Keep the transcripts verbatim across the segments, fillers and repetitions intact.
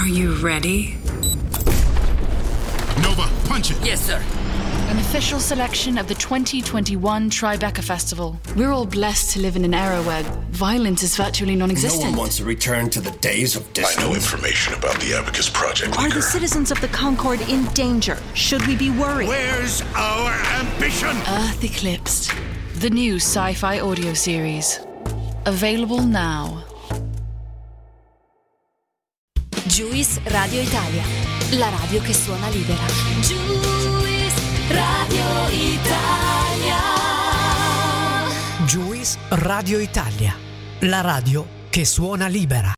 Are you ready? Nova, punch it! Yes, sir. An official selection of the twenty twenty-one Tribeca Festival. We're all blessed to live in an era where violence is virtually non-existent. No one wants to return to the days of distance. I know information about the Abacus Project. Are the citizens of the Concord in danger? Should we be worried? Where's our ambition? Earth Eclipsed. The new sci-fi audio series. Available now. Juice Radio Italia, la radio che suona libera. Juice Radio Italia. Juice Radio Italia, la radio che suona libera.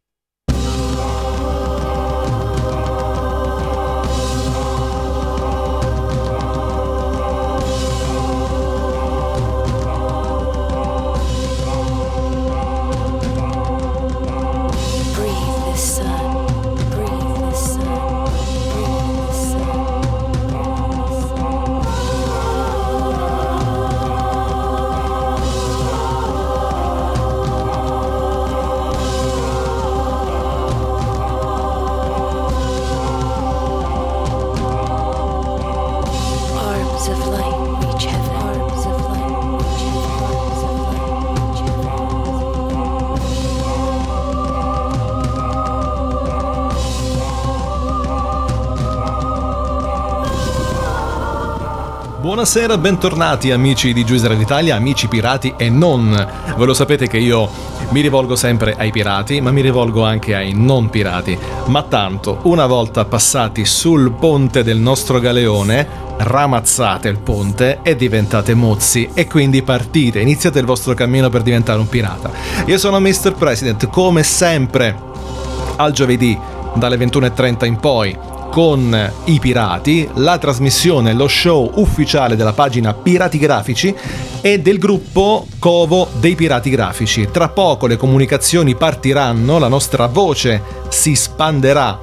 Buonasera, bentornati amici di Juice Radio Italia, amici pirati e non. Voi lo sapete che io mi rivolgo sempre ai pirati, ma mi rivolgo anche ai non pirati. Ma tanto, una volta passati sul ponte del nostro galeone, ramazzate il ponte e diventate mozzi e quindi partite, iniziate il vostro cammino per diventare un pirata. Io sono mister President, come sempre, al giovedì dalle ventuno e trenta in poi, con i pirati, la trasmissione, lo show ufficiale della pagina Pirati Grafici e del gruppo Covo dei Pirati Grafici. Tra poco le comunicazioni partiranno, la nostra voce si spanderà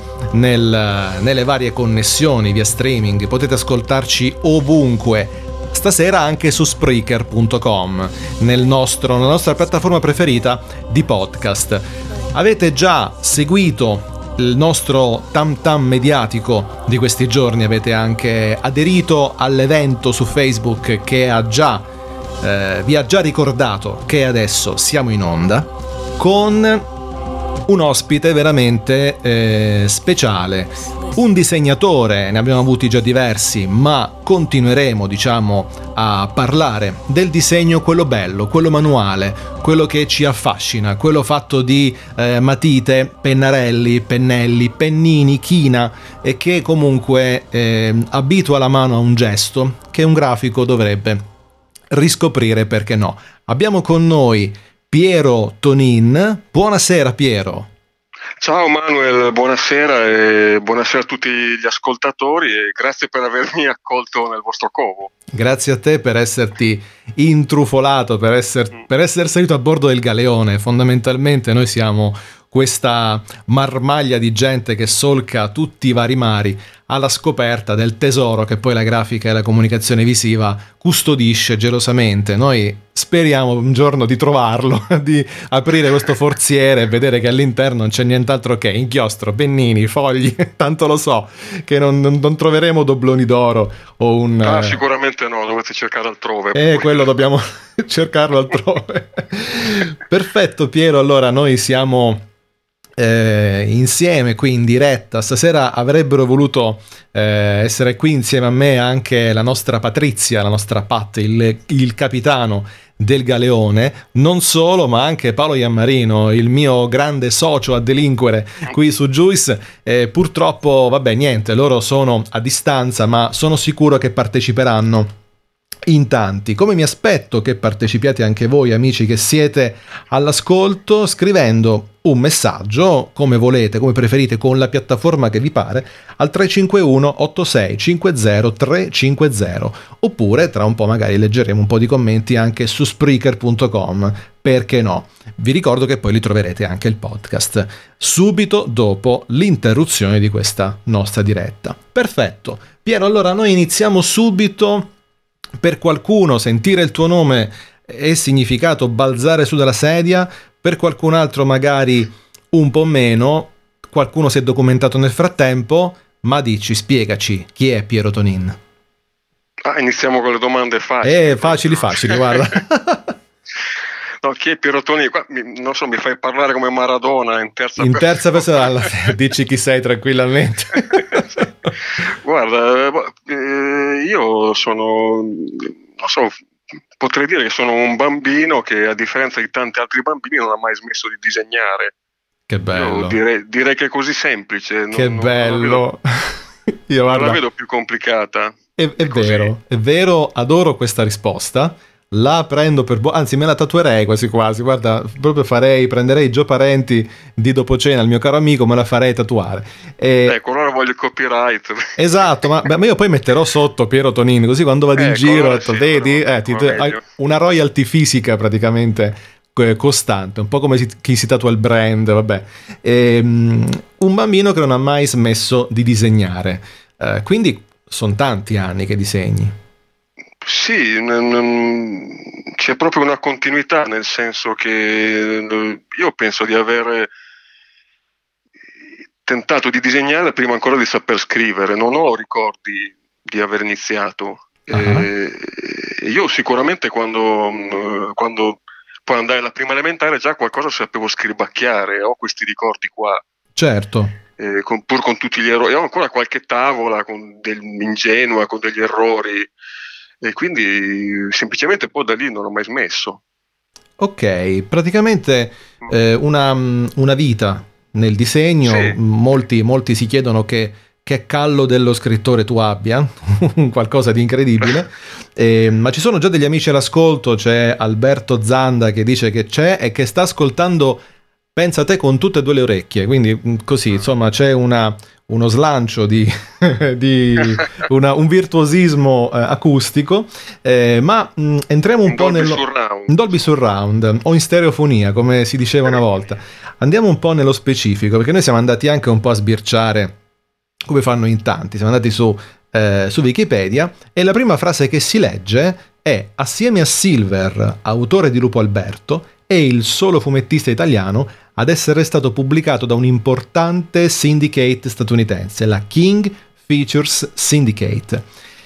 nel, nelle varie connessioni via streaming, potete ascoltarci ovunque. Stasera anche su Spreaker punto com, nel nostro, nella nostra piattaforma preferita di podcast. Avete già seguito il nostro tam tam mediatico di questi giorni, avete anche aderito all'evento su Facebook che ha già eh, vi ha già ricordato che adesso siamo in onda con un ospite veramente eh, speciale, un disegnatore, ne abbiamo avuti già diversi, ma continueremo, diciamo, a parlare del disegno, quello bello, quello manuale, quello che ci affascina, quello fatto di eh, matite, pennarelli, pennelli, pennini, china, e che comunque eh, abitua la mano a un gesto che un grafico dovrebbe riscoprire, perché no. Abbiamo con noi Piero Tonin. Buonasera Piero. Ciao Manuel, buonasera e buonasera a tutti gli ascoltatori e grazie per avermi accolto nel vostro covo. Grazie a te per esserti intrufolato, per, esser, per essere salito a bordo del galeone. Fondamentalmente noi siamo questa marmaglia di gente che solca tutti i vari mari alla scoperta del tesoro che poi la grafica e la comunicazione visiva custodisce gelosamente. Noi speriamo un giorno di trovarlo, di aprire questo forziere e vedere che all'interno non c'è nient'altro che inchiostro, pennini, fogli, tanto lo so che non, non, non troveremo dobloni d'oro o un... Ah, sicuramente no, dovete cercare altrove. Eh, quello dobbiamo cercarlo altrove. Perfetto Piero, allora noi siamo... Eh, insieme qui in diretta. Stasera avrebbero voluto eh, essere qui insieme a me anche la nostra Patrizia, la nostra Pat, il, il capitano del galeone, non solo ma anche Paolo Iammarino, il mio grande socio a delinquere qui su Juice. Eh, purtroppo vabbè niente, loro sono a distanza, ma sono sicuro che parteciperanno in tanti, come mi aspetto che partecipiate anche voi amici che siete all'ascolto, scrivendo un messaggio come volete, come preferite, con la piattaforma che vi pare, al tre cinque uno otto sei cinque zero tre cinque zero, oppure tra un po' magari leggeremo un po' di commenti anche su Spreaker punto com, perché no. Vi ricordo che poi li troverete anche il podcast subito dopo l'interruzione di questa nostra diretta. Perfetto Piero, allora noi iniziamo subito. Per qualcuno sentire il tuo nome è significato balzare su dalla sedia, per qualcun altro magari un po' meno. qualcuno si è documentato nel frattempo, ma dici, spiegaci, chi è Piero Tonin? Ah, iniziamo con le domande facili. Eh, facili, facili, guarda. No, chi è Piero Tonin? Qua, mi, non so, mi fai parlare come Maradona in terza in persona. terza persona, dici chi sei tranquillamente. Guarda, eh, io sono, non so, potrei dire che sono un bambino che, a differenza di tanti altri bambini, non ha mai smesso di disegnare. Che bello. Io direi, direi che è così semplice. Che non, bello. Non la vedo, io, guarda, non la vedo più complicata. È, è, è vero, è vero, adoro questa risposta. La prendo per buona, anzi me la tatuerei quasi quasi, guarda, proprio farei, prenderei Gio Parenti di dopo cena, il mio caro amico, me la farei tatuare. E... ecco, allora voglio il copyright. Esatto, ma, ma io poi metterò sotto Piero Tonin, così quando vado in ecco, giro, allora detto, sì, vedi, allora, eh, ti, hai una royalty fisica praticamente costante, un po' come si, chi si tatua il brand, vabbè. E, um, un bambino che non ha mai smesso di disegnare, uh, quindi sono tanti anni che disegni. Sì, n- n- c'è proprio una continuità, nel senso che io penso di aver tentato di disegnare prima ancora di saper scrivere, non ho ricordi di aver iniziato. Uh-huh. E io sicuramente quando, quando poi andai alla prima elementare già qualcosa sapevo scribacchiare, ho questi ricordi qua. Certo. Eh, con, pur con tutti gli errori, ho ancora qualche tavola con del, ingenua, con degli errori. E quindi semplicemente poi da lì non ho mai smesso. Ok, praticamente eh, una, una vita nel disegno. Sì. Molti, molti si chiedono che, che callo dello scrittore tu abbia, qualcosa di incredibile. eh, ma ci sono già degli amici all'ascolto, c'è Alberto Zanda che dice che c'è e che sta ascoltando, pensa te, con tutte e due le orecchie, quindi così, insomma, c'è una... uno slancio di, di una, un virtuosismo eh, acustico, eh, ma mh, entriamo un in po' Dolby nello Surround. in Dolby Surround o in stereofonia, come si diceva una volta. Andiamo un po' nello specifico, perché noi siamo andati anche un po' a sbirciare, come fanno in tanti, siamo andati su, eh, su Wikipedia, e la prima frase che si legge è: assieme a Silver, autore di Lupo Alberto, è il solo fumettista italiano ad essere stato pubblicato da un importante syndicate statunitense, la King Features Syndicate,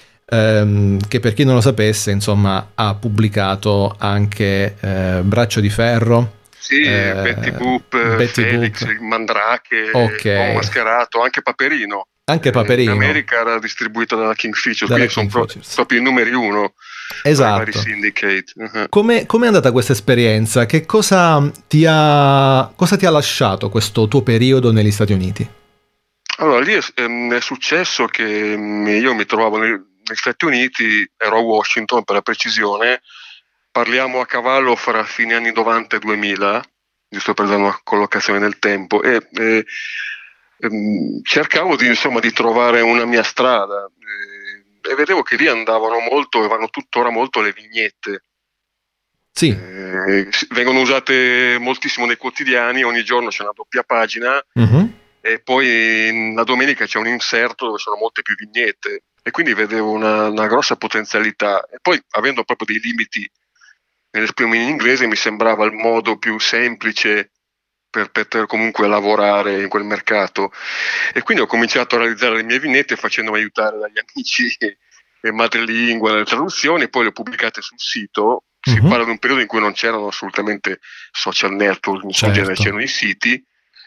ehm, che per chi non lo sapesse, insomma, ha pubblicato anche eh, Braccio di Ferro. Sì, eh, Betty Boop, Betty Felix, Boop. il Mandrake, Okay. Uomo Mascherato, anche Paperino. Anche Paperino. In America era distribuito dalla King Features, Dalla quindi King sono Features. pro- proprio i numeri uno. Esatto. Vari syndicate. Uh-huh. Come è andata questa esperienza? Che cosa ti ha cosa ti ha lasciato questo tuo periodo negli Stati Uniti? Allora, lì è, è successo che io mi trovavo negli Stati Uniti, ero a Washington per la precisione, parliamo a cavallo fra fine anni novanta e duemila, giusto per dare una collocazione nel tempo, e, e, e cercavo di, insomma, di trovare una mia strada. E, e vedevo che lì andavano molto e vanno tuttora molto le vignette. Sì. Eh, vengono usate moltissimo nei quotidiani, ogni giorno c'è una doppia pagina, uh-huh. E poi la domenica c'è un inserto dove sono molte più vignette, e quindi vedevo una, una grossa potenzialità. E poi, avendo proprio dei limiti nell'esprimermi in inglese, mi sembrava il modo più semplice per poter comunque lavorare in quel mercato, e quindi ho cominciato a realizzare le mie vignette facendomi aiutare dagli amici e madrelingua nelle traduzioni, poi le ho pubblicate sul sito. Si uh-huh. parla di un periodo in cui non c'erano assolutamente social network, in certo. genere c'erano i siti,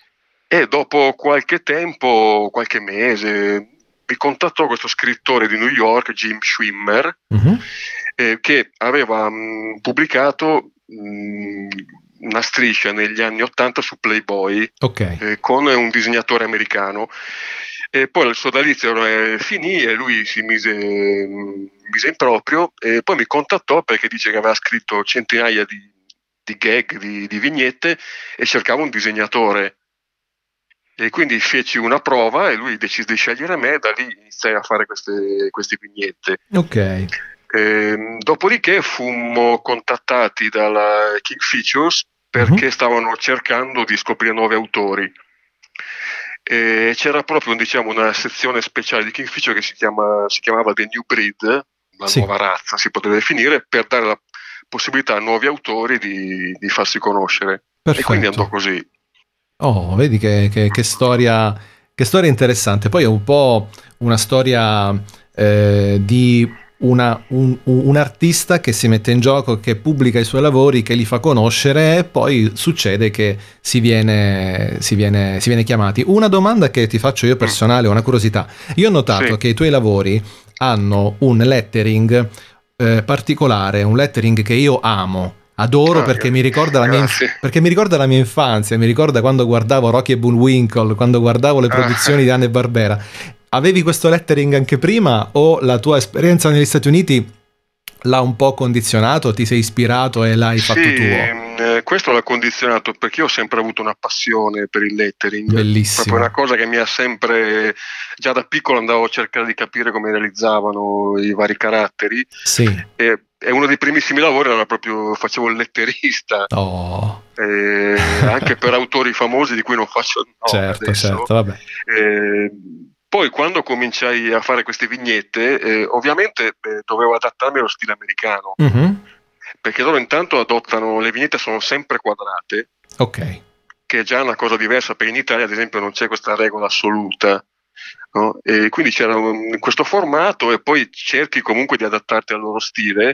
e dopo qualche tempo, qualche mese, mi contattò questo scrittore di New York, Jim Schwimmer, uh-huh. eh, che aveva mh, pubblicato mh, una striscia negli anni ottanta su Playboy, okay. eh, con un disegnatore americano. E poi il sodalizio eh, finì e lui si mise, mh, mise in proprio, e poi mi contattò perché dice che aveva scritto centinaia di, di gag, di, di vignette, e cercava un disegnatore. E quindi feci una prova e lui decise di scegliere me, e da lì iniziai a fare queste, queste vignette. Ok. E, dopodiché fummo contattati dalla King Features perché uh-huh. stavano cercando di scoprire nuovi autori. E c'era proprio, diciamo, una sezione speciale di King Features che si, chiama, si chiamava The New Breed, la sì. nuova razza si potrebbe definire, per dare la possibilità a nuovi autori di, di farsi conoscere. Perfetto. E quindi andò così. Oh, vedi che, che, che storia che storia interessante. Poi è un po' una storia eh, di una, un, un artista che si mette in gioco, che pubblica i suoi lavori, che li fa conoscere e poi succede che si viene, si viene, si viene chiamati. Una domanda che ti faccio io personale, una curiosità. Io ho notato Sì. che i tuoi lavori hanno un lettering eh, particolare, un lettering che io amo. Adoro, Ah, perché mi ricorda la mia inf- grazie. perché mi ricorda la mia infanzia, mi ricorda quando guardavo Rocky e Bullwinkle, quando guardavo le produzioni Ah. di Hanna-Barbera. Avevi questo lettering anche prima o la tua esperienza negli Stati Uniti l'ha un po' condizionato, ti sei ispirato e l'hai fatto Sì, tuo? eh, questo l'ha condizionato perché io ho sempre avuto una passione per il lettering. Bellissimo. Proprio una cosa che mi ha sempre, già da piccolo andavo a cercare di capire come realizzavano i vari caratteri. Sì. E, e uno dei primissimi lavori era proprio, facevo il letterista, Oh, eh, anche per autori famosi di cui non faccio il nome certo, adesso. certo, vabbè. Eh, poi quando cominciai a fare queste vignette, eh, ovviamente eh, dovevo adattarmi allo stile americano, Mhm. perché loro intanto adottano, le vignette sono sempre quadrate, Ok. che è già una cosa diversa, perché in Italia ad esempio non c'è questa regola assoluta, no? E quindi c'era un- questo formato e poi cerchi comunque di adattarti al loro stile.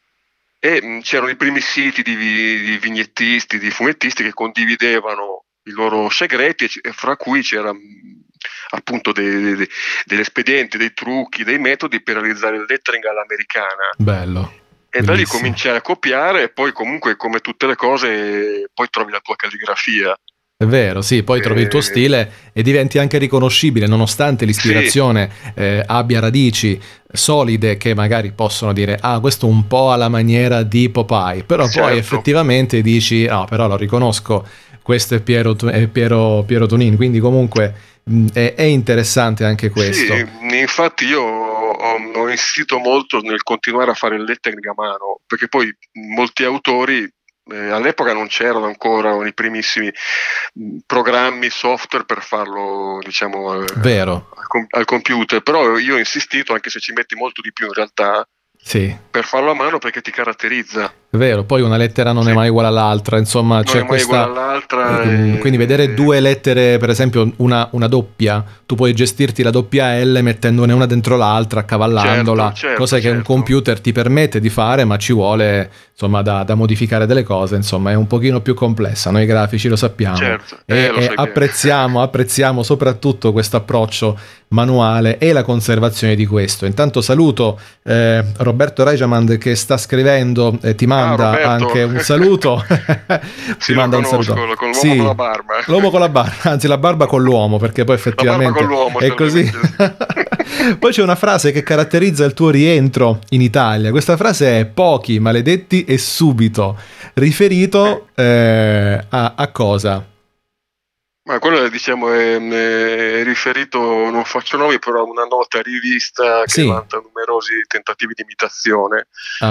E mh, c'erano i primi siti di, vi- di vignettisti, di fumettisti che condividevano i loro segreti e, c- e fra cui c'era mh, appunto dei- dei- degli espedienti, dei trucchi, dei metodi per realizzare il lettering all'americana. Bello. E da lì Bellissimo. cominciai a copiare e poi comunque come tutte le cose poi trovi la tua calligrafia. È vero, sì, poi trovi il tuo Eh, stile e diventi anche riconoscibile, nonostante l'ispirazione eh, abbia radici solide che magari possono dire ah, questo un po' alla maniera di Popeye, però poi Certo. effettivamente dici no, però lo riconosco, questo è Piero, Tu- è Piero, Piero Tonin, quindi comunque mh, è, è interessante anche questo. Sì, infatti io ho, ho insistito molto nel continuare a fare il lettering a mano, perché poi molti autori eh, all'epoca non c'erano ancora i primissimi mh, programmi, software per farlo, diciamo, eh, Vero, al, com- al computer, però io ho insistito, anche se ci metti molto di più in realtà, sì. per farlo a mano perché ti caratterizza. È vero, poi una lettera non Sì. è mai uguale all'altra, insomma Non c'è è mai questa... uguale all'altra. Mm, e- Quindi vedere due lettere, per esempio una, una doppia, tu puoi gestirti la doppia L mettendone una dentro l'altra, accavallandola, Certo, certo, cosa che un certo. computer ti permette di fare, ma ci vuole insomma da, da modificare delle cose, insomma è un pochino più complessa, noi grafici lo sappiamo. Certo, e, eh, lo e sai che- apprezziamo, apprezziamo soprattutto questo approccio manuale e la conservazione di questo. Intanto saluto eh, Roberto Reijamand che sta scrivendo, eh, ti manda Roberto. anche un saluto. Sì, ti manda lo un conosco, saluto. lo- con l'uomo Sì, con la barba. l'uomo con la barba, anzi la barba con l'uomo, perché poi effettivamente con l'uomo, è così. certamente. Poi c'è una frase che caratterizza il tuo rientro in Italia. Questa frase è pochi, maledetti e subito, riferito eh, a, a cosa? Ma quello diciamo è, è riferito, non faccio nomi, però a una nota rivista che Sì. vanta numerosi tentativi di imitazione. Ah,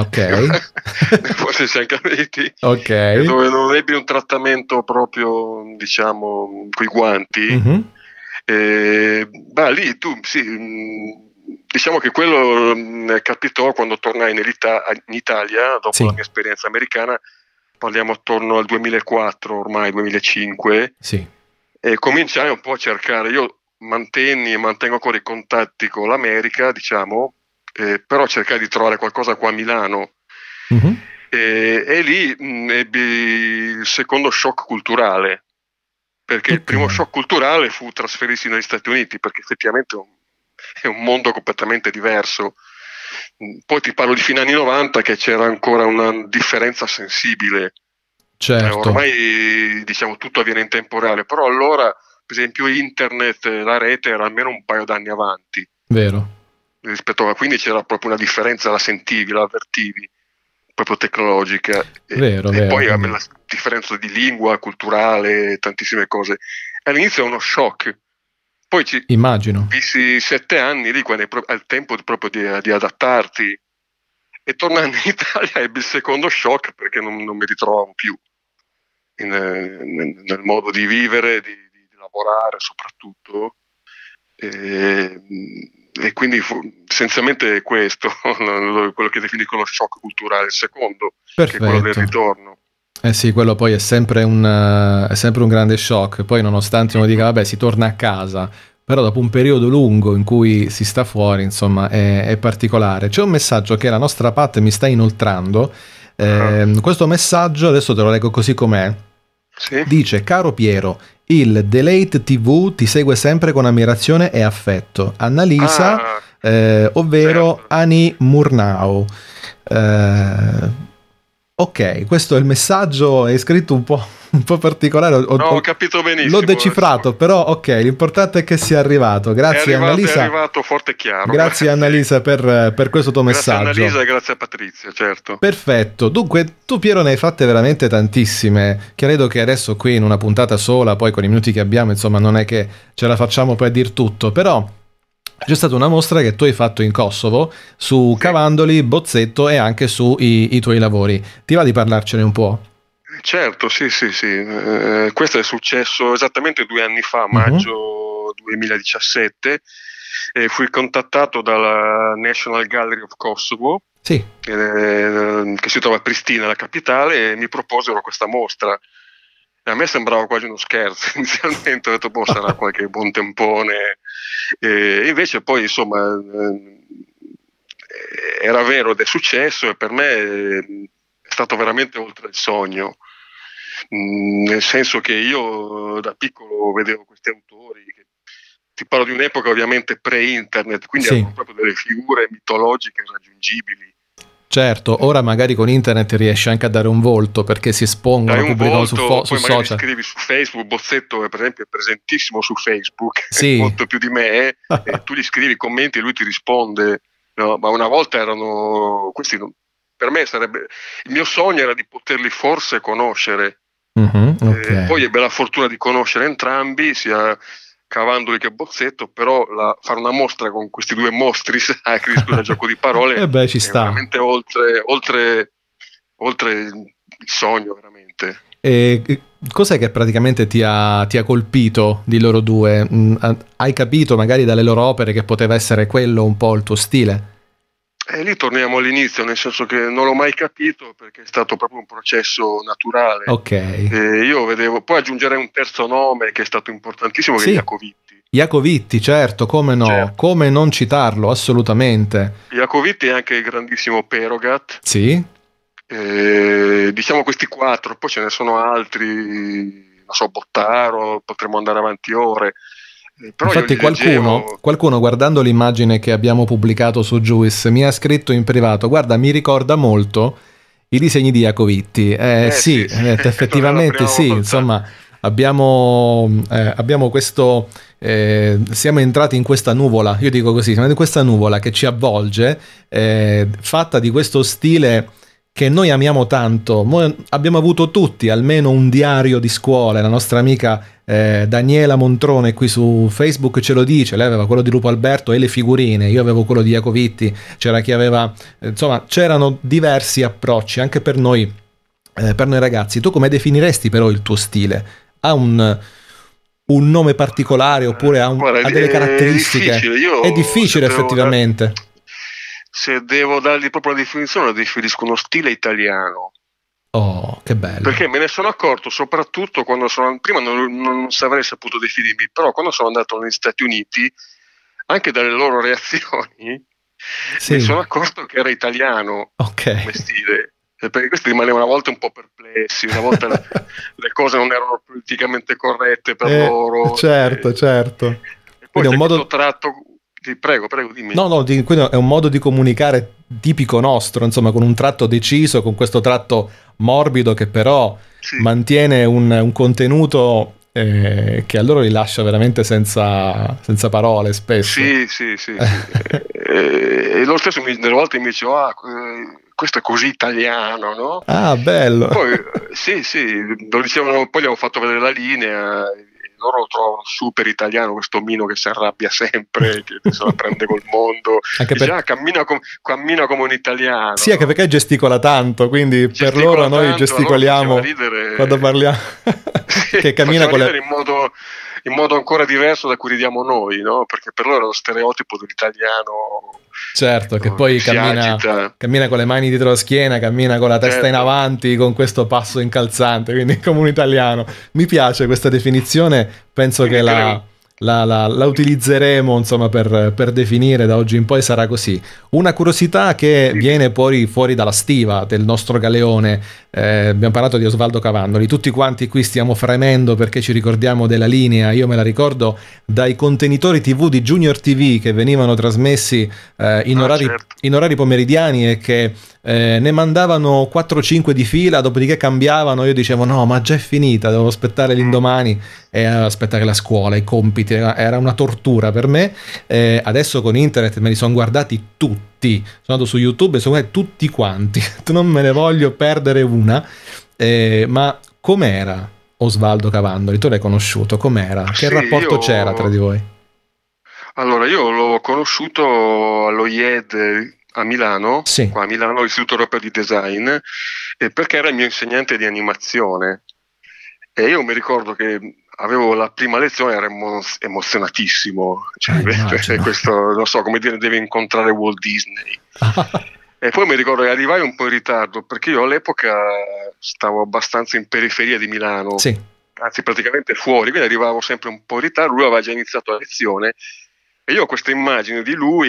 ok. Forse si è anche capiti. Ok. Dove non ebbi un trattamento proprio, diciamo, coi guanti. Mhm. E, beh, lì tu, sì, mh, diciamo che quello mh, capitò quando tornai nell'Ita- in Italia, dopo Sì. la mia esperienza americana, parliamo attorno al duemilaquattro, ormai duemilacinque, Sì. e cominciai un po' a cercare, io mantenni e mantengo ancora i contatti con l'America, diciamo, eh, però cercai di trovare qualcosa qua a Milano. Mhm. E, e lì mh, ebbi il secondo shock culturale, perché il Ok. primo shock culturale fu trasferirsi negli Stati Uniti, perché effettivamente è un, è un mondo completamente diverso. Mh, Poi ti parlo di fine anni novanta, che c'era ancora una differenza sensibile. Certo. Eh, ormai diciamo tutto avviene in tempo reale, però allora per esempio internet, eh, la rete era almeno un paio d'anni avanti Vero. rispetto a, quindi c'era proprio una differenza, la sentivi, la avvertivi, proprio tecnologica. E, Vero, e vero, poi vero. la differenza di lingua, culturale, tantissime cose. All'inizio è uno shock, poi ci Immagino. vissi sette anni lì, quando hai pro- hai il tempo di- proprio di, di adattarti, e tornando in Italia ebbi il secondo shock perché non, non mi ritrovavo più in, eh, nel, nel modo di vivere, di, di- di lavorare soprattutto, e, e quindi fu, essenzialmente questo quello che definiscono shock culturale. Il secondo, che è quello del Perfetto. ritorno. Eh sì, quello poi è sempre un, è sempre un grande shock. Poi nonostante uno dica vabbè si torna a casa, però dopo un periodo lungo in cui si sta fuori, insomma, è, è particolare. C'è un messaggio che la nostra Pat mi sta inoltrando. Eh, uh-huh. Questo messaggio, adesso te lo leggo così com'è. Sì. Dice: caro Piero, il Delate tivù ti segue sempre con ammirazione e affetto. Annalisa, ah, eh, ovvero certo. Ani Murnau. Eh, ok, questo è il messaggio, è scritto un po', un po' particolare. Ho, no, ho capito benissimo. L'ho decifrato, adesso. Però ok, l'importante è che sia arrivato. Grazie è arrivato, Annalisa. È arrivato forte e chiaro. Grazie, grazie. Annalisa per, per questo tuo grazie messaggio. Grazie Annalisa e grazie a Patrizia, certo. Perfetto. Dunque, tu Piero ne hai fatte veramente tantissime. Credo che adesso qui in una puntata sola, poi con i minuti che abbiamo, insomma, non è che ce la facciamo poi a dir tutto, però c'è stata una mostra che tu hai fatto in Kosovo su sì. Cavandoli, Bozzetto e anche su i, i tuoi lavori. Ti va di parlarcene un po'? Certo, sì, sì, sì. Eh, questo è successo esattamente due anni fa, maggio uh-huh. duemiladiciassette. Eh, fui contattato dalla National Gallery of Kosovo, sì. eh, che si trova a Pristina, la capitale, e mi proposero questa mostra. E a me sembrava quasi uno scherzo inizialmente, ho detto boh, sarà qualche buon tempone. E invece poi insomma eh, era vero ed è successo, e per me è stato veramente oltre il sogno, mm, nel senso che io da piccolo vedevo questi autori che, ti parlo di un'epoca ovviamente pre-internet, quindi sì. erano proprio delle figure mitologiche irraggiungibili. Certo, ora magari con internet riesci anche a dare un volto, perché si espongono, Dai un pubblicano volto, su, fo- poi su magari social. scrivi su Facebook. Bozzetto per esempio è presentissimo su Facebook, sì. molto più di me, e tu gli scrivi commenti e lui ti risponde, no? Ma una volta erano questi, non, per me sarebbe, il mio sogno era di poterli forse conoscere. Mm-hmm, okay. eh, poi ebbe la fortuna di conoscere entrambi, sia Cavandoli che Bozzetto, però la, fare una mostra con questi due mostri, sai, che scusa il gioco di parole, eh beh, ci è sta. veramente oltre, oltre, oltre il sogno, veramente. E cos'è che praticamente ti ha, ti ha colpito di loro due? Mm, hai capito magari dalle loro opere che poteva essere quello un po' il tuo stile? E lì torniamo all'inizio, nel senso che non l'ho mai capito, perché è stato proprio un processo naturale. Ok. E io vedevo, poi aggiungerei un terzo nome che è stato importantissimo, che sì. è Iacovitti. Iacovitti, certo, come no, certo. Come non citarlo, assolutamente. Iacovitti e anche il grandissimo Perogat. Sì. E, diciamo questi quattro, poi ce ne sono altri, non so, Bottaro, potremmo andare avanti ore. Però infatti qualcuno, leggevo... qualcuno guardando l'immagine che abbiamo pubblicato su Juice mi ha scritto in privato: guarda, mi ricorda molto i disegni di Iacovitti. eh, eh sì, sì, eh, effettivamente sì, volta. Insomma abbiamo, eh, abbiamo questo eh, siamo entrati in questa nuvola, io dico così, siamo in questa nuvola che ci avvolge, eh, fatta di questo stile che noi amiamo tanto. Mo abbiamo avuto tutti almeno un diario di scuola. La nostra amica eh, Daniela Montrone qui su Facebook ce lo dice, lei aveva quello di Lupo Alberto e le figurine, io avevo quello di Iacovitti, c'era chi aveva, eh, insomma c'erano diversi approcci anche per noi, eh, per noi ragazzi. Tu come definiresti però il tuo stile? Ha un, un nome particolare oppure ha, un, Guarda, ha delle caratteristiche? È difficile, Io è difficile effettivamente. Dar... Se devo dargli proprio la definizione, lo definisco uno stile italiano. Oh, che bello. Perché me ne sono accorto soprattutto quando sono... Prima non, non avrei saputo definirmi, però quando sono andato negli Stati Uniti, anche dalle loro reazioni, sì. mi sono accorto che era italiano okay. come stile. Perché questi rimanevano a volte un po' perplessi, una volta le, le cose non erano politicamente corrette per eh, loro. Certo, e, certo. E poi è un questo modo... tratto... Prego, prego, dimmi. No, no, di, quindi è un modo di comunicare tipico nostro, insomma, con un tratto deciso, con questo tratto morbido che però sì. mantiene un, un contenuto eh, che a loro li lascia veramente senza, senza parole spesso. Sì, sì, sì. sì. e, e lo stesso mi, delle volte mi dice, ah, questo è così italiano, no? Ah, bello. Poi, sì, sì, lo dicevano, poi gli avevo fatto vedere la linea. Loro lo trovano super italiano, questo Mino che si arrabbia sempre, che se la prende col mondo, anche dice, per... ah, cammina, com- cammina come un italiano. Sì, anche perché gesticola tanto, quindi gesticola per loro tanto, noi gesticoliamo ridere... quando parliamo sì, che cammina con le... in modo, in modo ancora diverso da cui ridiamo noi, no? Perché per loro è lo stereotipo dell'italiano Certo, che poi cammina, cammina con le mani dietro la schiena, cammina con la testa certo. in avanti, con questo passo incalzante, quindi come un italiano. Mi piace questa definizione, penso quindi che la... La, la, la utilizzeremo insomma per, per definire, da oggi in poi sarà così. Una curiosità che viene poi fuori dalla stiva del nostro galeone, eh, abbiamo parlato di Osvaldo Cavandoli, tutti quanti qui stiamo fremendo perché ci ricordiamo della linea. Io me la ricordo dai contenitori tivù di Junior T V che venivano trasmessi eh, in, ah, orari, certo. in orari pomeridiani e che eh, ne mandavano quattro cinque di fila, dopodiché cambiavano. Io dicevo no, ma già è finita, devo aspettare l'indomani e aspettare la scuola, i compiti, era una tortura per me. Eh, adesso con internet me li sono guardati tutti, sono andato su YouTube e sono guardati tutti quanti, non me ne voglio perdere una. Eh, ma com'era Osvaldo Cavandoli? Tu l'hai conosciuto, com'era? Che sì, rapporto io... c'era tra di voi? Allora, io l'ho conosciuto allo I E D a Milano, sì. qua a Milano, l'Istituto Europeo di Design, eh, perché era il mio insegnante di animazione. E io mi ricordo che avevo la prima lezione, ero emo- emozionatissimo, cioè, eh, questo, non so, come dire, devi incontrare Walt Disney. E poi mi ricordo che arrivai un po' in ritardo, perché io all'epoca stavo abbastanza in periferia di Milano, sì. anzi praticamente fuori, quindi arrivavo sempre un po' in ritardo. Lui aveva già iniziato la lezione e io ho questa immagine di lui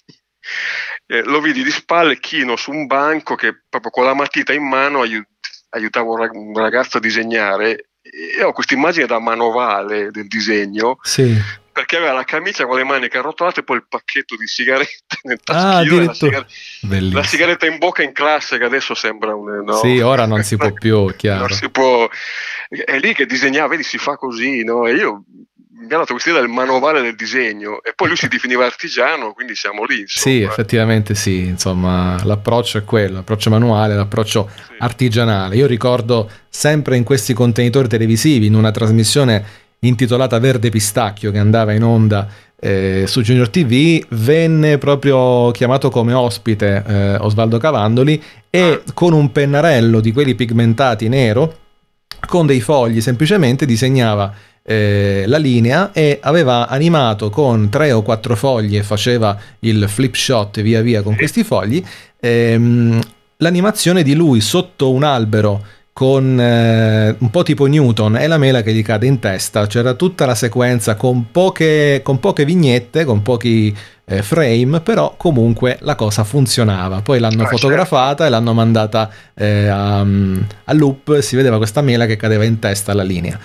eh, lo vidi di spalle, chino su un banco, che proprio con la matita in mano aiut- aiutavo un ragazzo a disegnare. E ho questa immagine da manovale del disegno, sì. perché aveva la camicia con le maniche arrotolate e poi il pacchetto di sigarette nel taschino, ah, la, sigar- la sigaretta in bocca in classe, che adesso sembra un... No? Sì, ora non si può più, chiaro. Non si può... È lì che disegnava, vedi, si fa così, no? E io mi ha dato questa idea del manovale del disegno, e poi lui si definiva artigiano, quindi siamo lì, insomma. Sì, effettivamente sì, insomma, l'approccio è quello, l'approccio manuale, l'approccio sì. artigianale. Io ricordo sempre in questi contenitori televisivi, in una trasmissione intitolata Verde Pistacchio che andava in onda eh, su Junior T V, venne proprio chiamato come ospite eh, Osvaldo Cavandoli, e con un pennarello di quelli pigmentati nero, con dei fogli, semplicemente disegnava Eh, la linea e aveva animato con tre o quattro fogli e faceva il flip shot via via con questi fogli ehm, l'animazione di lui sotto un albero con eh, un po' tipo Newton e la mela che gli cade in testa. C'era tutta la sequenza con poche, con poche vignette, con pochi eh, frame, però comunque la cosa funzionava. Poi l'hanno ah, fotografata certo. e l'hanno mandata eh, a, a loop, si vedeva questa mela che cadeva in testa alla linea.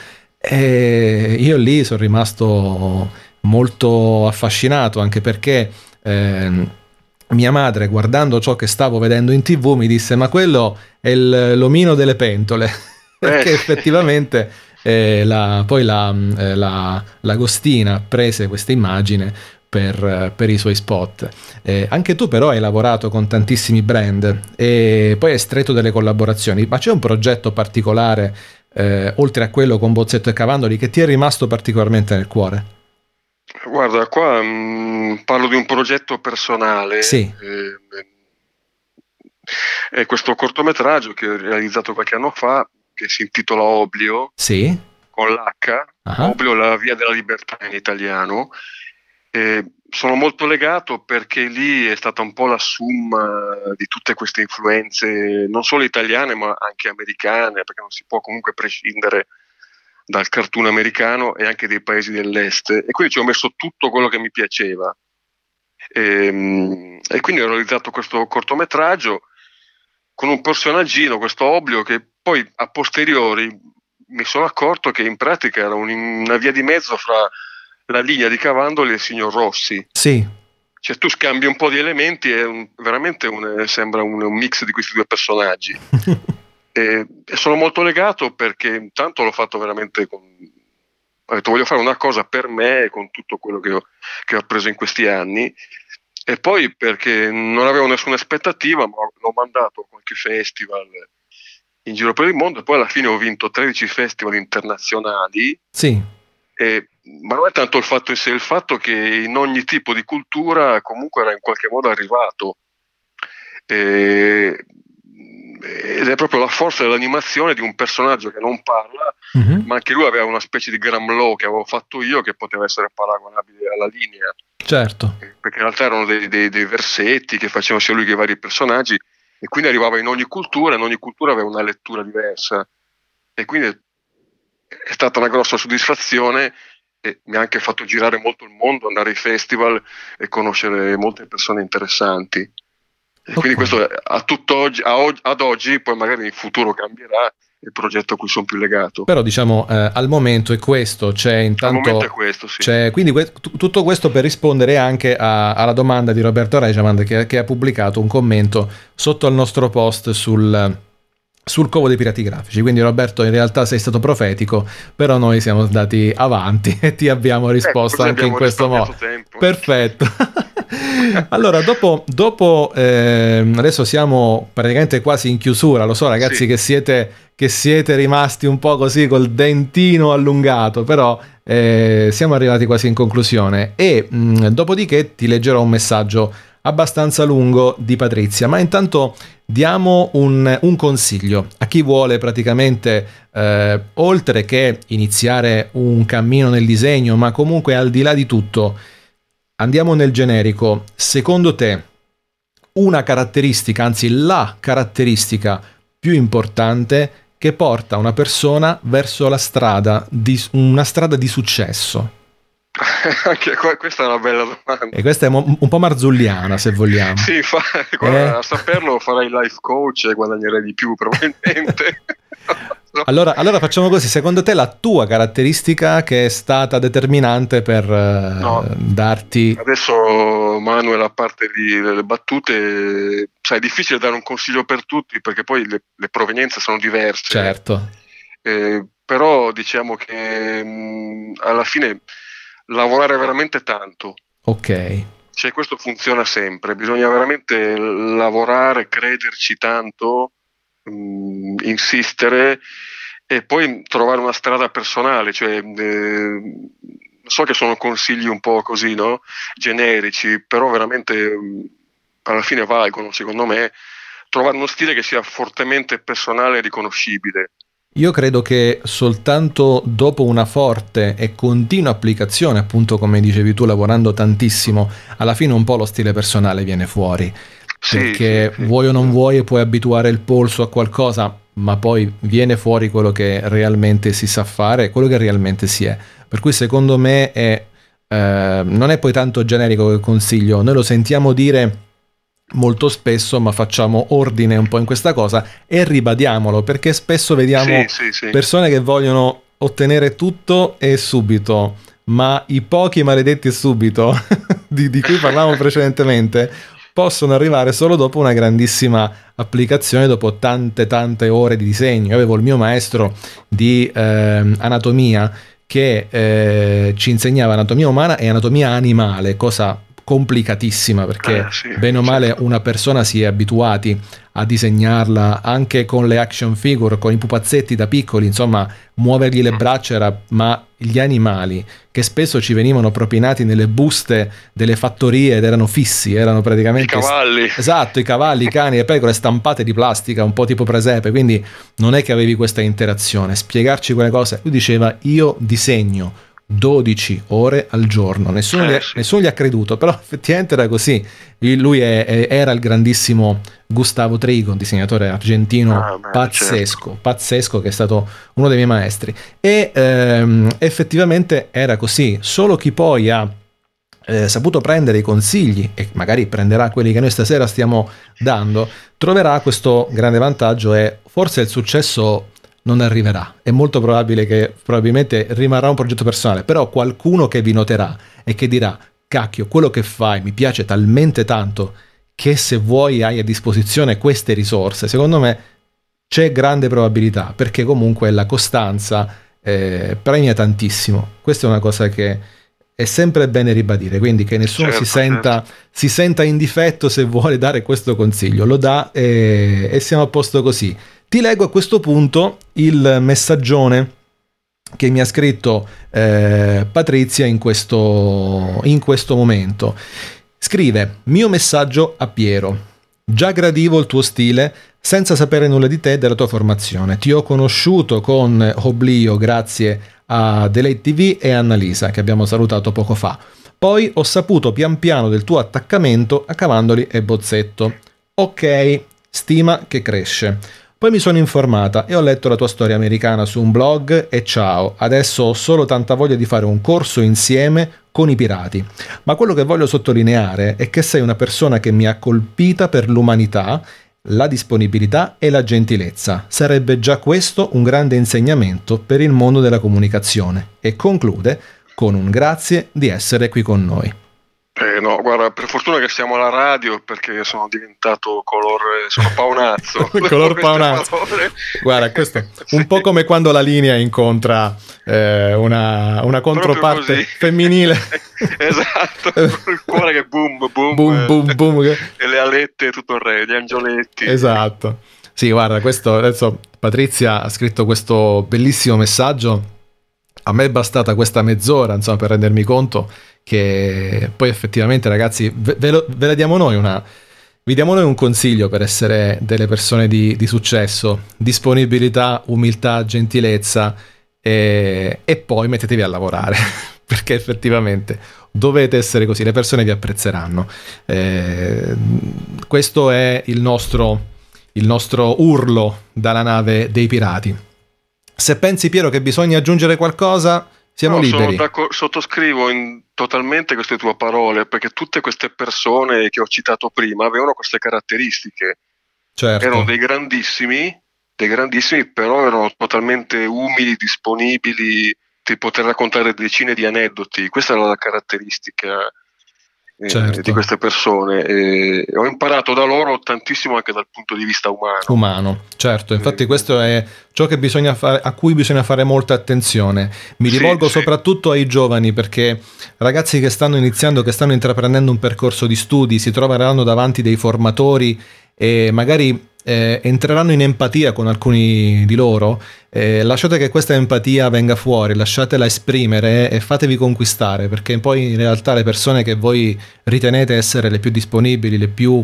E io lì sono rimasto molto affascinato, anche perché eh, mia madre, guardando ciò che stavo vedendo in tv, mi disse: ma quello è il, l'omino delle pentole, perché effettivamente eh, la, poi la, eh, la, l'Agostina prese questa immagine per, per i suoi spot. Eh, anche tu però hai lavorato con tantissimi brand e poi hai stretto delle collaborazioni, ma c'è un progetto particolare Eh, oltre a quello con Bozzetto e Cavandoli che ti è rimasto particolarmente nel cuore? Guarda, qua mh, parlo di un progetto personale. Sì. Eh, è questo cortometraggio che ho realizzato qualche anno fa, che si intitola Oblio, sì. con l'H, uh-huh. Oblio, la via della libertà in italiano. Eh, sono molto legato perché lì è stata un po' la summa di tutte queste influenze, non solo italiane ma anche americane, perché non si può comunque prescindere dal cartoon americano e anche dei paesi dell'est, e quindi ci ho messo tutto quello che mi piaceva. E, e quindi ho realizzato questo cortometraggio con un personaggino, questo Oblio, che poi a posteriori mi sono accorto che in pratica era un, una via di mezzo fra la linea di Cavandoli e il signor Rossi. Sì. Cioè tu scambi un po' di elementi e un, veramente un, sembra un, un mix di questi due personaggi. e, e sono molto legato perché intanto l'ho fatto veramente con... Ho detto voglio fare una cosa per me con tutto quello che ho, che ho appreso in questi anni, e poi perché non avevo nessuna aspettativa, ma l'ho mandato a qualche festival in giro per il mondo e poi alla fine ho vinto tredici festival internazionali. Sì. E, ma non è tanto il fatto in sé, il fatto che in ogni tipo di cultura comunque era in qualche modo arrivato, e, ed è proprio la forza dell'animazione di un personaggio che non parla, mm-hmm. ma anche lui aveva una specie di Gramlow che avevo fatto io, che poteva essere paragonabile alla linea, certo, perché in realtà erano dei, dei, dei versetti che facevano sia lui che i vari personaggi, e quindi arrivava in ogni cultura, in ogni cultura aveva una lettura diversa, e quindi è stata una grossa soddisfazione, e mi ha anche fatto girare molto il mondo, andare ai festival e conoscere molte persone interessanti. E okay. Quindi questo a tutt'oggi, a og- ad oggi, poi magari in futuro cambierà, il progetto a cui sono più legato. Però diciamo eh, al momento è questo, c'è intanto al momento è questo, sì. C'è, quindi que- t- tutto questo per rispondere anche a- alla domanda di Roberto Regiamand, che, che ha pubblicato un commento sotto al nostro post sul sul covo dei pirati grafici. Quindi Roberto, in realtà sei stato profetico, però noi siamo andati avanti e ti abbiamo risposto ecco, anche in questo modo. Tempo. Perfetto. Allora, dopo, dopo eh, adesso siamo praticamente quasi in chiusura, lo so ragazzi, sì. che siete che siete rimasti un po' così col dentino allungato, però eh, siamo arrivati quasi in conclusione, e mh, dopodiché ti leggerò un messaggio abbastanza lungo di Patrizia, ma intanto diamo un, un consiglio a chi vuole praticamente eh, oltre che iniziare un cammino nel disegno, ma comunque al di là di tutto, andiamo nel generico. Secondo te una caratteristica, anzi la caratteristica più importante che porta una persona verso la strada di una strada di successo? Anche qua, questa è una bella domanda. E questa è mo- un po' marzulliana, se vogliamo. Sì, fa, eh? A saperlo farei life coach e guadagnerei di più probabilmente. No. Allora, allora facciamo così, secondo te la tua caratteristica che è stata determinante per no. uh, darti... Adesso Manuel, a parte di, le battute, sai, è difficile dare un consiglio per tutti perché poi le, le provenienze sono diverse. Certo. Eh, però diciamo che mh, alla fine lavorare veramente tanto. Ok. Cioè questo funziona sempre, bisogna veramente lavorare, crederci tanto, mh, insistere e poi trovare una strada personale, cioè eh, so che sono consigli un po' così, no? Generici, però veramente mh, alla fine valgono, secondo me, trovare uno stile che sia fortemente personale e riconoscibile. Io credo che soltanto dopo una forte e continua applicazione, appunto come dicevi tu, lavorando tantissimo, alla fine un po' lo stile personale viene fuori. Sì, perché sì, sì. vuoi o non vuoi puoi abituare il polso a qualcosa, ma poi viene fuori quello che realmente si sa fare, quello che realmente si è. Per cui secondo me è, eh, non è poi tanto generico che consiglio, noi lo sentiamo dire molto spesso, ma facciamo ordine un po' in questa cosa e ribadiamolo, perché spesso vediamo sì, sì, sì. persone che vogliono ottenere tutto e subito, ma i pochi maledetti subito di, di cui parlavamo precedentemente possono arrivare solo dopo una grandissima applicazione, dopo tante tante ore di disegno. Io avevo il mio maestro di eh, anatomia che eh, ci insegnava anatomia umana e anatomia animale, cosa complicatissima perché eh, sì, bene o male certo. una persona si è abituati a disegnarla anche con le action figure, con i pupazzetti da piccoli, insomma muovergli le braccia era, ma gli animali che spesso ci venivano propinati nelle buste delle fattorie ed erano fissi, erano praticamente i cavalli, esatto, i cavalli, i cani e pecore stampate di plastica, un po' tipo presepe, quindi non è che avevi questa interazione. Spiegarci quelle cose, lui diceva io disegno dodici ore al giorno, nessuno, eh, gli, sì. nessuno gli ha creduto, però effettivamente era così. Lui è, è, era il grandissimo Gustavo Trigo, un disegnatore argentino ah, beh, pazzesco, certo. pazzesco, che è stato uno dei miei maestri, e ehm, effettivamente era così. Solo chi poi ha eh, saputo prendere i consigli e magari prenderà quelli che noi stasera stiamo dando, troverà questo grande vantaggio e forse il successo non arriverà, è molto probabile che probabilmente rimarrà un progetto personale, però qualcuno che vi noterà e che dirà cacchio, quello che fai mi piace talmente tanto che se vuoi hai a disposizione queste risorse, secondo me c'è grande probabilità, perché comunque la costanza eh, premia tantissimo. Questa è una cosa che è sempre bene ribadire, quindi che nessuno certo, si senta certo. si senta in difetto se vuole dare questo consiglio, lo dà e, e siamo a posto così. Ti leggo a questo punto il messaggione che mi ha scritto eh, Patrizia in questo, in questo momento. Scrive: mio messaggio a Piero. Già gradivo il tuo stile senza sapere nulla di te e della tua formazione. Ti ho conosciuto con oblio grazie a Delay T V e Annalisa, che abbiamo salutato poco fa. Poi ho saputo pian piano del tuo attaccamento a Cavandoli e Bozzetto. Ok, stima che cresce. Poi mi sono informata e ho letto la tua storia americana su un blog e ciao, adesso ho solo tanta voglia di fare un corso insieme con i pirati. Ma quello che voglio sottolineare è che sei una persona che mi ha colpita per l'umanità, la disponibilità e la gentilezza. Sarebbe già questo un grande insegnamento per il mondo della comunicazione. E conclude con un grazie di essere qui con noi. Eh no, guarda, per fortuna che siamo alla radio, perché sono diventato color, sono paonazzo. Color paonazzo. Guarda, questo è un po' come quando la linea incontra eh, una, una controparte femminile. Esatto, il cuore che boom, boom, boom, boom, boom. E le alette, tutto il re, gli angioletti. Esatto. Sì, guarda, questo adesso Patrizia ha scritto questo bellissimo messaggio. A me è bastata questa mezz'ora, insomma, per rendermi conto che poi effettivamente, ragazzi, ve, ve, lo, ve la diamo noi una vi diamo noi un consiglio per essere delle persone di, di successo: disponibilità, umiltà, gentilezza, e, e poi mettetevi a lavorare perché effettivamente dovete essere così, le persone vi apprezzeranno. Eh, questo è il nostro il nostro urlo dalla nave dei pirati. Se pensi, Piero, che bisogna aggiungere qualcosa, siamo no, liberi. Sono sottoscrivo in, totalmente queste tue parole, perché tutte queste persone che ho citato prima avevano queste caratteristiche. Certo. Erano dei grandissimi, dei grandissimi, però erano totalmente umili, disponibili, di poter raccontare decine di aneddoti. Questa era la caratteristica eh, certo. di queste persone. E ho imparato da loro tantissimo anche dal punto di vista umano. Umano, certo. Infatti questo è ciò che bisogna fare, a cui bisogna fare molta attenzione. Mi rivolgo sì, soprattutto sì. ai giovani, perché ragazzi che stanno iniziando, che stanno intraprendendo un percorso di studi, si troveranno davanti dei formatori e magari eh, entreranno in empatia con alcuni di loro. Eh, lasciate che questa empatia venga fuori, lasciatela esprimere e fatevi conquistare, perché poi in realtà le persone che voi ritenete essere le più disponibili, le più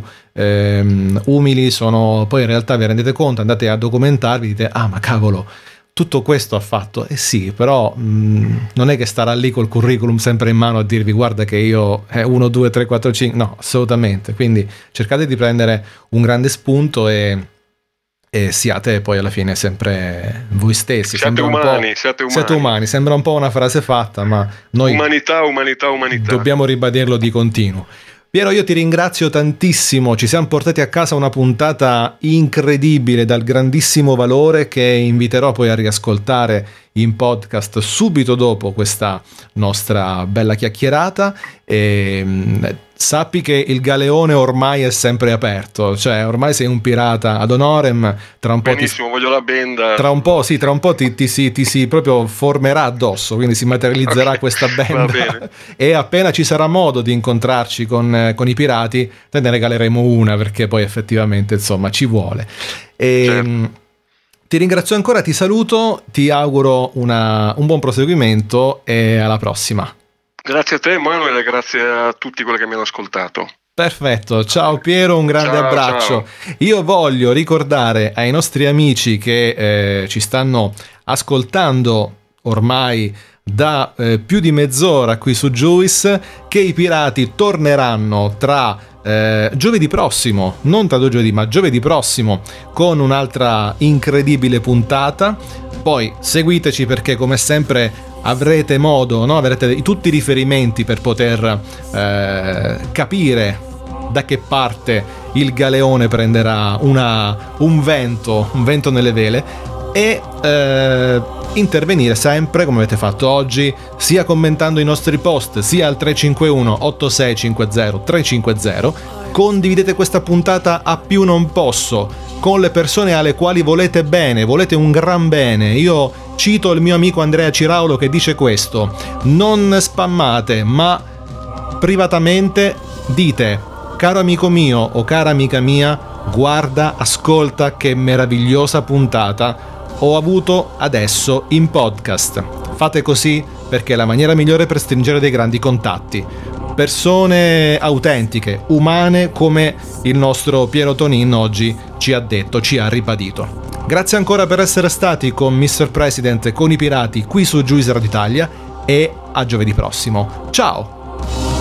ehm, umili, sono poi in realtà, vi rendete conto, andate a documentarvi, dite ah ma cavolo, tutto questo ha fatto. Eh sì, però mh, non è che starà lì col curriculum sempre in mano a dirvi guarda che io è uno, due, tre, quattro, cinque, no, assolutamente. Quindi cercate di prendere un grande spunto e e siate poi alla fine sempre voi stessi. Siate umani, siate umani. Siate umani, sembra un po' una frase fatta, ma noi umanità, umanità, umanità. dobbiamo ribadirlo di continuo. Piero, io ti ringrazio tantissimo, ci siamo portati a casa una puntata incredibile, dal grandissimo valore, che inviterò poi a riascoltare in podcast subito dopo questa nostra bella chiacchierata. E sappi che il galeone ormai è sempre aperto, cioè ormai sei un pirata ad honorem. Tra un po' benissimo, ti, voglio la benda. Tra un po', sì, tra un po' ti, ti, si, ti si proprio formerà addosso, quindi si materializzerà okay, questa benda. E appena ci sarà modo di incontrarci con, con i pirati, te ne regaleremo una, perché poi effettivamente insomma ci vuole. E, certo. Ti ringrazio ancora, ti saluto, ti auguro una, un buon proseguimento e alla prossima. Grazie a te, Manuel, e grazie a tutti quelli che mi hanno ascoltato. Perfetto, ciao Piero, un grande ciao, abbraccio. Ciao. Io voglio ricordare ai nostri amici che eh, ci stanno ascoltando ormai da eh, più di mezz'ora qui su Juice, che i pirati torneranno tra eh, giovedì prossimo, non tra due giovedì, ma giovedì prossimo, con un'altra incredibile puntata. Poi seguiteci, perché come sempre avrete modo, no? Avrete tutti i riferimenti per poter eh, capire da che parte il galeone prenderà una, un vento, un vento nelle vele, e eh, intervenire sempre come avete fatto oggi, sia commentando i nostri post, sia al tre cinque uno otto sei cinque zero tre cinque zero. Condividete questa puntata a più non posso con le persone alle quali volete bene, volete un gran bene. Io cito il mio amico Andrea Ciraulo che dice questo: non spammate, ma privatamente dite caro amico mio o cara amica mia, guarda, ascolta che meravigliosa puntata ho avuto adesso in podcast. Fate così, perché è la maniera migliore per stringere dei grandi contatti. Persone autentiche, umane, come il nostro Piero Tonin oggi ci ha detto, ci ha ribadito. Grazie ancora per essere stati con mister President, con i pirati qui su Juice Radio Italia, e a giovedì prossimo. Ciao!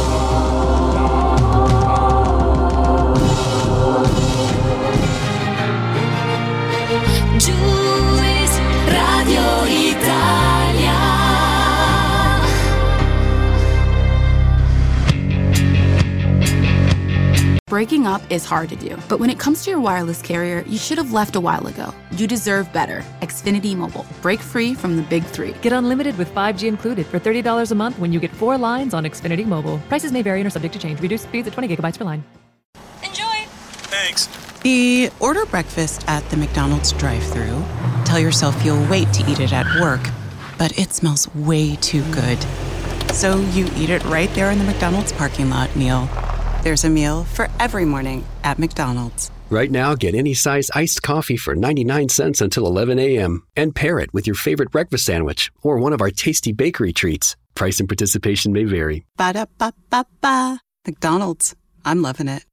Breaking up is hard to do, but when it comes to your wireless carrier, you should have left a while ago. You deserve better. Xfinity Mobile. Break free from the big three. Get unlimited with five G included for thirty dollars a month when you get four lines on Xfinity Mobile. Prices may vary and are subject to change. Reduced speeds at twenty gigabytes per line. Enjoy! Thanks. The order breakfast at the McDonald's drive-thru. Tell yourself you'll wait to eat it at work, but it smells way too good. So you eat it right there in the McDonald's parking lot meal. There's a meal for every morning at McDonald's. Right now, get any size iced coffee for ninety-nine cents until eleven a.m. and pair it with your favorite breakfast sandwich or one of our tasty bakery treats. Price and participation may vary. Ba-da-ba-ba-ba. McDonald's. I'm loving it.